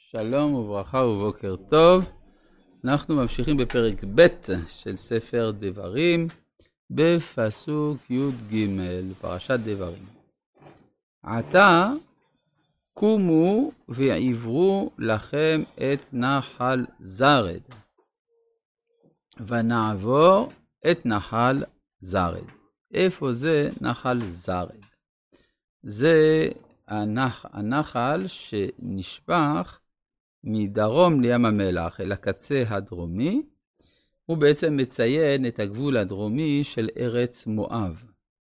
שלום וברכה ובוקר טוב. אנחנו ממשיכים בפרק ב' של ספר דברים, בפסוק י"ג, פרשת דברים. עתה קומו ועברו לכם את נחל זרד, ונעבור את נחל זרד. איפה זה נחל זרד? זה הנחל שנשפך מדרום לים המלח אל הקצה הדרומי. הוא בעצם מציין את הגבול הדרומי של ארץ מואב,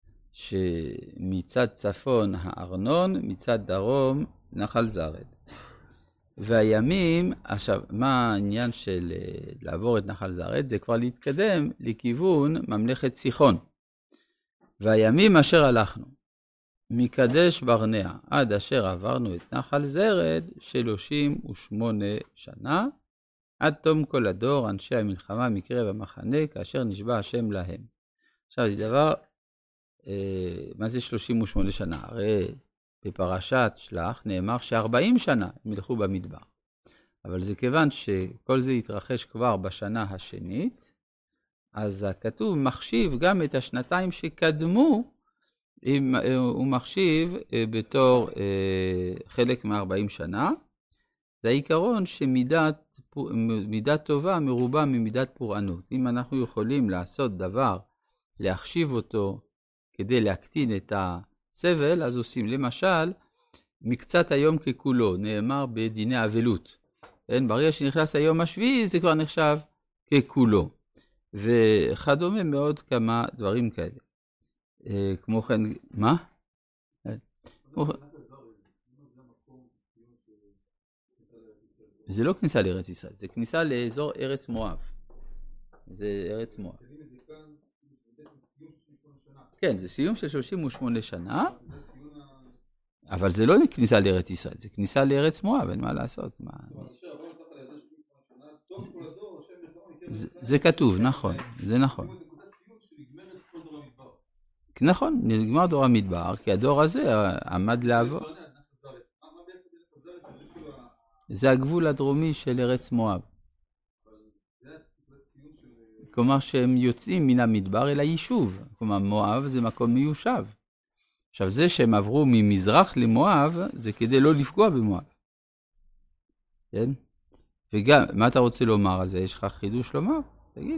שמצד צפון הארנון, מצד דרום נחל זרד. והימים, עכשיו, מה העניין של לעבור את נחל זרד? זה כבר להתקדם לכיוון ממלכת סיחון. והימים אשר הלכנו מקדש ברנע עד אשר עברנו את נחל זרד 38 שנה, עד תום כל הדור אנשי המלחמה מקרב המחנה, כאשר נשבע השם להם. עכשיו זה דבר, מה זה 38 שנה? הרי בפרשת שלח נאמר ש40 שנה הם ילכו במדבר. אבל זה כיוון שכל זה יתרחש כבר בשנה השנית, אז הכתוב מחשיב גם את השנתיים שקדמו, הוא מחשיב בתור חלק מ40 שנה. זה העיקרון שמידת טובה מרובה ממידת פורענות. אם אנחנו יכולים לעשות דבר, להחשיב אותו כדי להקטין את הסבל, אז עושים. למשל, מקצת היום ככולו, נאמר בדיני אבלות. ברגע שנכנס היום השביעי, זה כבר נחשב ככולו. וכדומה מאוד כמה דברים כאלה. כמו כן, מה? זה לא כניסה לארץ ישראל, זה כניסה לאזור ארץ מואב. זה ארץ מואב. כן, זה סיום של 38 שנה, אבל זה לא כניסה לארץ ישראל, זה כניסה לארץ מואב, אין מה לעשות. זה כתוב, נכון, זה נכון. נכון, נגמר דור המדבר, כי הדור הזה עמד לעבור. זה הגבול הדרומי של ארץ מואב. כלומר שהם יוצאים מן המדבר אל היישוב. כלומר מואב זה מקום מיושב. עכשיו זה שהם עברו ממזרח למואב, זה כדי לא לפגוע במואב. כן? וגם, מה אתה רוצה לומר על זה? יש לך חידוש לומר? תגיד.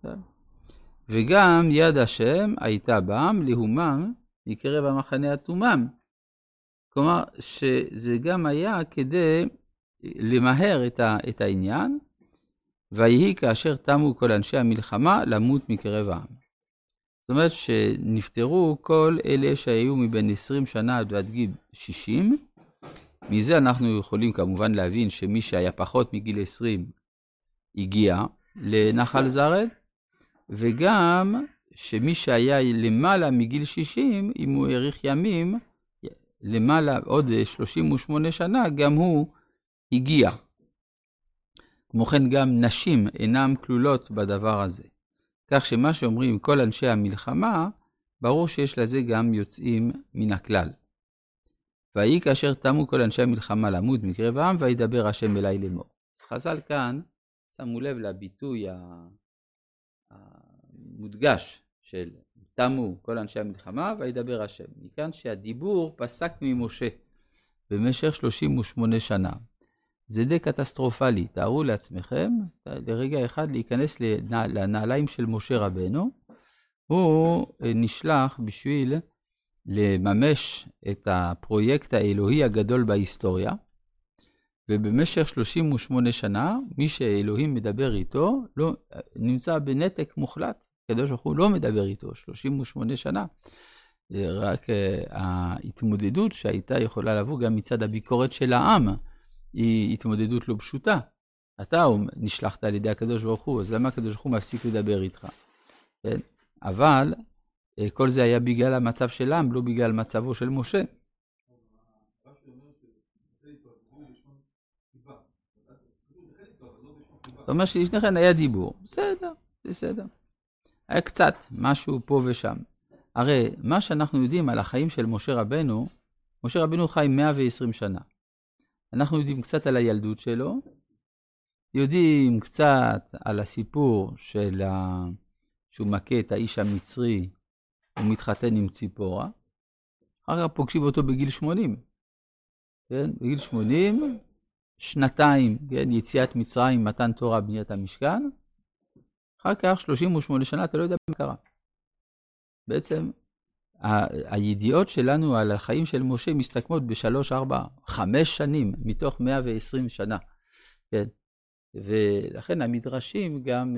וגם יד השם הייתה בם להומם מקרב המחנה התומם. כלומר שזה גם היה כדי למהר את העניין, ויהי כאשר תמו כל אנשי המלחמה למות מקרב העם. זאת אומרת שנפטרו כל אלה שהיו מבין 20 שנה עד גיל 60. מזה אנחנו יכולים כמובן להבין שמי שהיה פחות מגיל 20 הגיע לנחל זרד, וגם שמי שהיה למעלה מגיל 60, אם הוא האריך ימים, למעלה עוד 38 שנה, גם הוא הגיע. כמו כן גם נשים אינם כלולות בדבר הזה. כך שמה שאומרים כל אנשי המלחמה, ברור שיש לזה גם יוצאים מן הכלל. ויהי כאשר תמו כל אנשי המלחמה למות מקרב העם, וידבר השם אלי לאמור. אז חז"ל כאן, שמו לב לביטוי המודגש של תמו כל אנשי המלחמה, וידבר השם. מכאן שהדיבור פסק ממשה במשך 38 שנה. זה די קטסטרופלי. תארו לעצמכם, לרגע אחד להיכנס לנעליים של משה רבנו. הוא נשלח בשביל לממש את הפרויקט האלוהי הגדול בהיסטוריה, ובמשך 38 שנה, מי שאלוהים מדבר איתו, לא, נמצא בנתק מוחלט. הקדוש ברוך הוא לא מדבר איתו 38 שנה. רק ההתמודדות שהייתה יכולה לבוא גם מצד הביקורת של העם, היא התמודדות לא פשוטה. אתה נשלחת על ידי הקדוש ברוך הוא, אז למה הקדוש ברוך הוא מפסיק לדבר איתך? כן? אבל כל זה היה בגלל המצב של העם, לא בגלל מצבו של משה. זאת אומרת שלפני כן היה דיבור. בסדר. היה קצת משהו פה ושם. הרי מה שאנחנו יודעים על החיים של משה רבנו חי 120 שנה. אנחנו יודעים קצת על הילדות שלו, יודעים קצת על הסיפור שהוא מכה את האיש המצרי, הוא מתחתן עם ציפורה, אחר כך פוגשים אותו בגיל 80. כן? בגיל 80, שנתיים, כן? יציאת מצרים, מתן תורה, בניית המשכן, אחר כך 38 שנה, אתה לא יודע מה קרה. בעצם, הידיעות שלנו על החיים של משה מסתכמות ב3, 4, 5 שנים מתוך 120 שנה. כן? ולכן המדרשים גם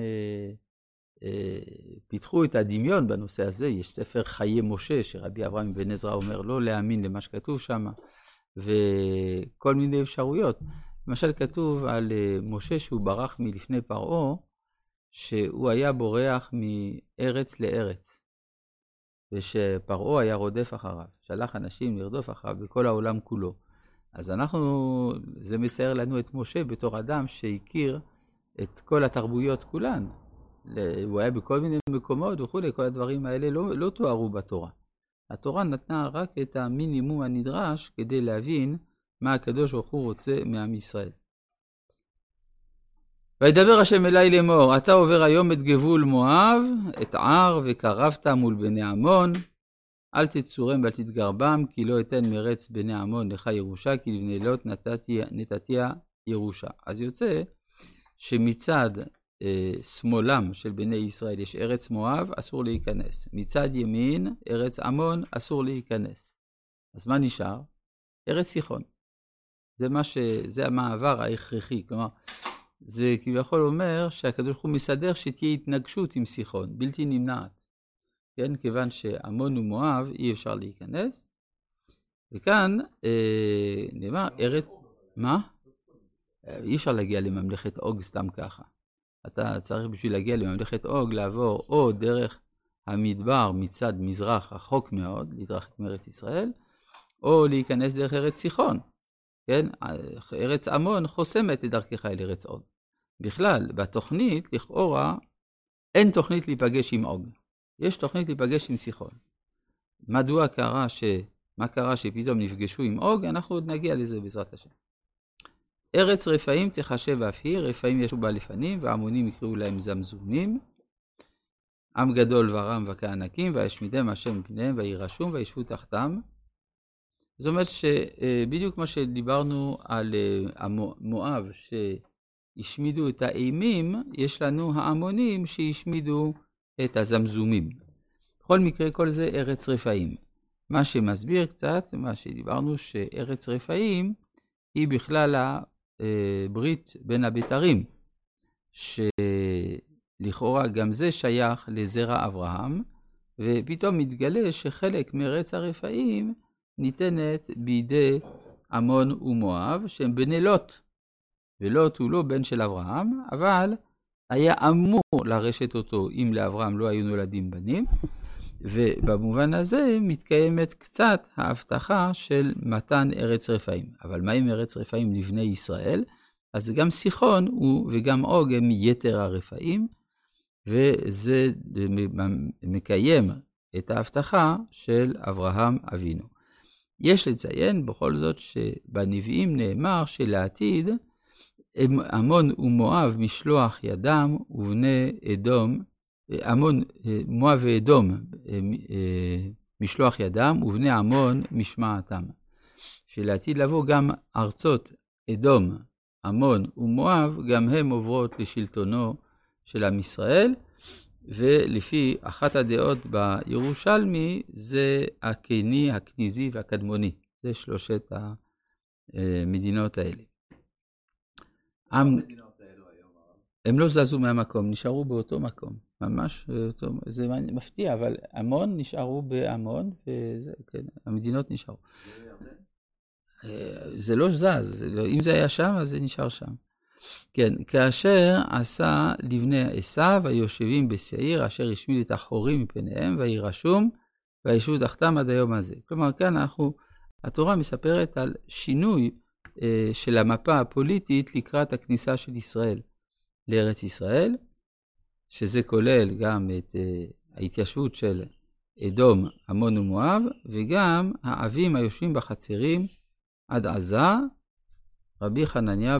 פיתחו את הדמיון בנושא הזה. יש ספר חיי משה, שרבי אברהם בן עזרא אומר לא להאמין למה שכתוב שם, וכל מיני אפשרויות. למשל כתוב על משה שהוא ברח מלפני פרעה, שהוא היה בורח מארץ לארץ, ושפרעה היה רודף אחריו, שלח אנשים לרדוף אחריו בכל העולם כולו. אז זה מצייר לנו את משה בתור אדם שהכיר את כל התרבויות כולן. הוא היה בכל מיני מקומות וכו', כל הדברים האלה לא תוארו בתורה. התורה נתנה רק את המינימום הנדרש כדי להבין מה הקדוש ברוך הוא רוצה מעם ישראל. וידבר השם אלי לאמור, אתה עובר היום את גבול מואב, את ער וקרבת מול בני עמון, אל תצורם ואל תתגרבם, כי לא אתן מרץ בני עמון לך ירושה, כי לבני לוט נתתיה ירושה. אז יוצא שמצד שמאלם של בני ישראל יש ארץ מואב, אסור להיכנס. מצד ימין, ארץ עמון, אסור להיכנס. אז מה נשאר? ארץ סיחון. זה המעבר ההכרחי. כלומר, זה כביכול אומר שהקדוש ברוך הוא מסדר שתהיה התנגשות עם סיחון, בלתי נמנעת. כן, כיוון שעמון ומואב אי אפשר להיכנס. וכאן נאמר ארץ, מה? אי אפשר להגיע לממלכת אוג סתם ככה. אתה צריך בשביל להגיע לממלכת אוג לעבור או דרך המדבר מצד מזרח רחוק מאוד, להתרחק מארץ ישראל, או להיכנס דרך ארץ סיחון. כן? ארץ עמון חוסמת את דרכך אל ארץ אוג. בכלל, בתוכנית, לכאורה, אין תוכנית להיפגש עם אוג. יש תוכנית להיפגש עם סיחון. מה קרה שפתאום נפגשו עם אוג? אנחנו עוד נגיע לזה בעזרת השם. ארץ רפאים תחשב אף היא, רפאים ישו בה לפנים, והעמונים יקראו להם זמזומים. עם גדול ורם וכענקים, וישמידם השם מפניהם, וירשום וישבו תחתם. זאת אומרת שבדיוק מה שדיברנו על מואב, שהשמידו את האימים, יש לנו העמונים שהשמידו את הזמזומים. בכל מקרה, כל זה ארץ רפאים. מה שמסביר קצת, מה שדיברנו, שארץ רפאים היא בכלל הברית בין הבתרים, שלכאורה גם זה שייך לזרע אברהם, ופתאום מתגלה שחלק מארץ הרפאים ניתנת בידי עמון ומואב, שהם בני לוט. ולוט הוא לא בן של אברהם, אבל היה אמור לרשת אותו אם לאברהם לא היו נולדים בנים, ובמובן הזה מתקיימת קצת ההבטחה של מתן ארץ רפאים. אבל מה עם ארץ רפאים לבני ישראל? אז גם סיחון וגם אוג הם יתר הרפאים, וזה מקיים את ההבטחה של אברהם אבינו. יש לציין בכל זאת שבנביאים נאמר שלעתיד עמון ומואב משלוח ידם ובני אדום, מואב ואדום משלוח ידם ובני עמון משמעתם. שלעתיד לבוא גם ארצות אדום, עמון ומואב, גם הם עוברות לשלטונו של עם ישראל, ולפי אחת הדעות בירושלמי זה הקני, הכניזי והקדמוני. זה שלושת המדינות האלה. הם לא זזו מהמקום, נשארו באותו מקום. ממש, זה מפתיע, אבל עמון נשארו בעמון, והמדינות נשארו. זה לא זז, אם זה היה שם, אז זה נשאר שם. כן, כאשר עשה לבני עשיו, היושבים בשעיר, אשר השמיד את החורים מפניהם, וירשום, וישבו תחתם עד היום הזה. כלומר, כאן התורה מספרת על שינוי של המפה הפוליטית לקראת הכניסה של ישראל לארץ ישראל, שזה כולל גם את ההתיישבות של אדום, עמון ומואב, וגם האבים היושבים בחצרים עד עזה, רבי חנניה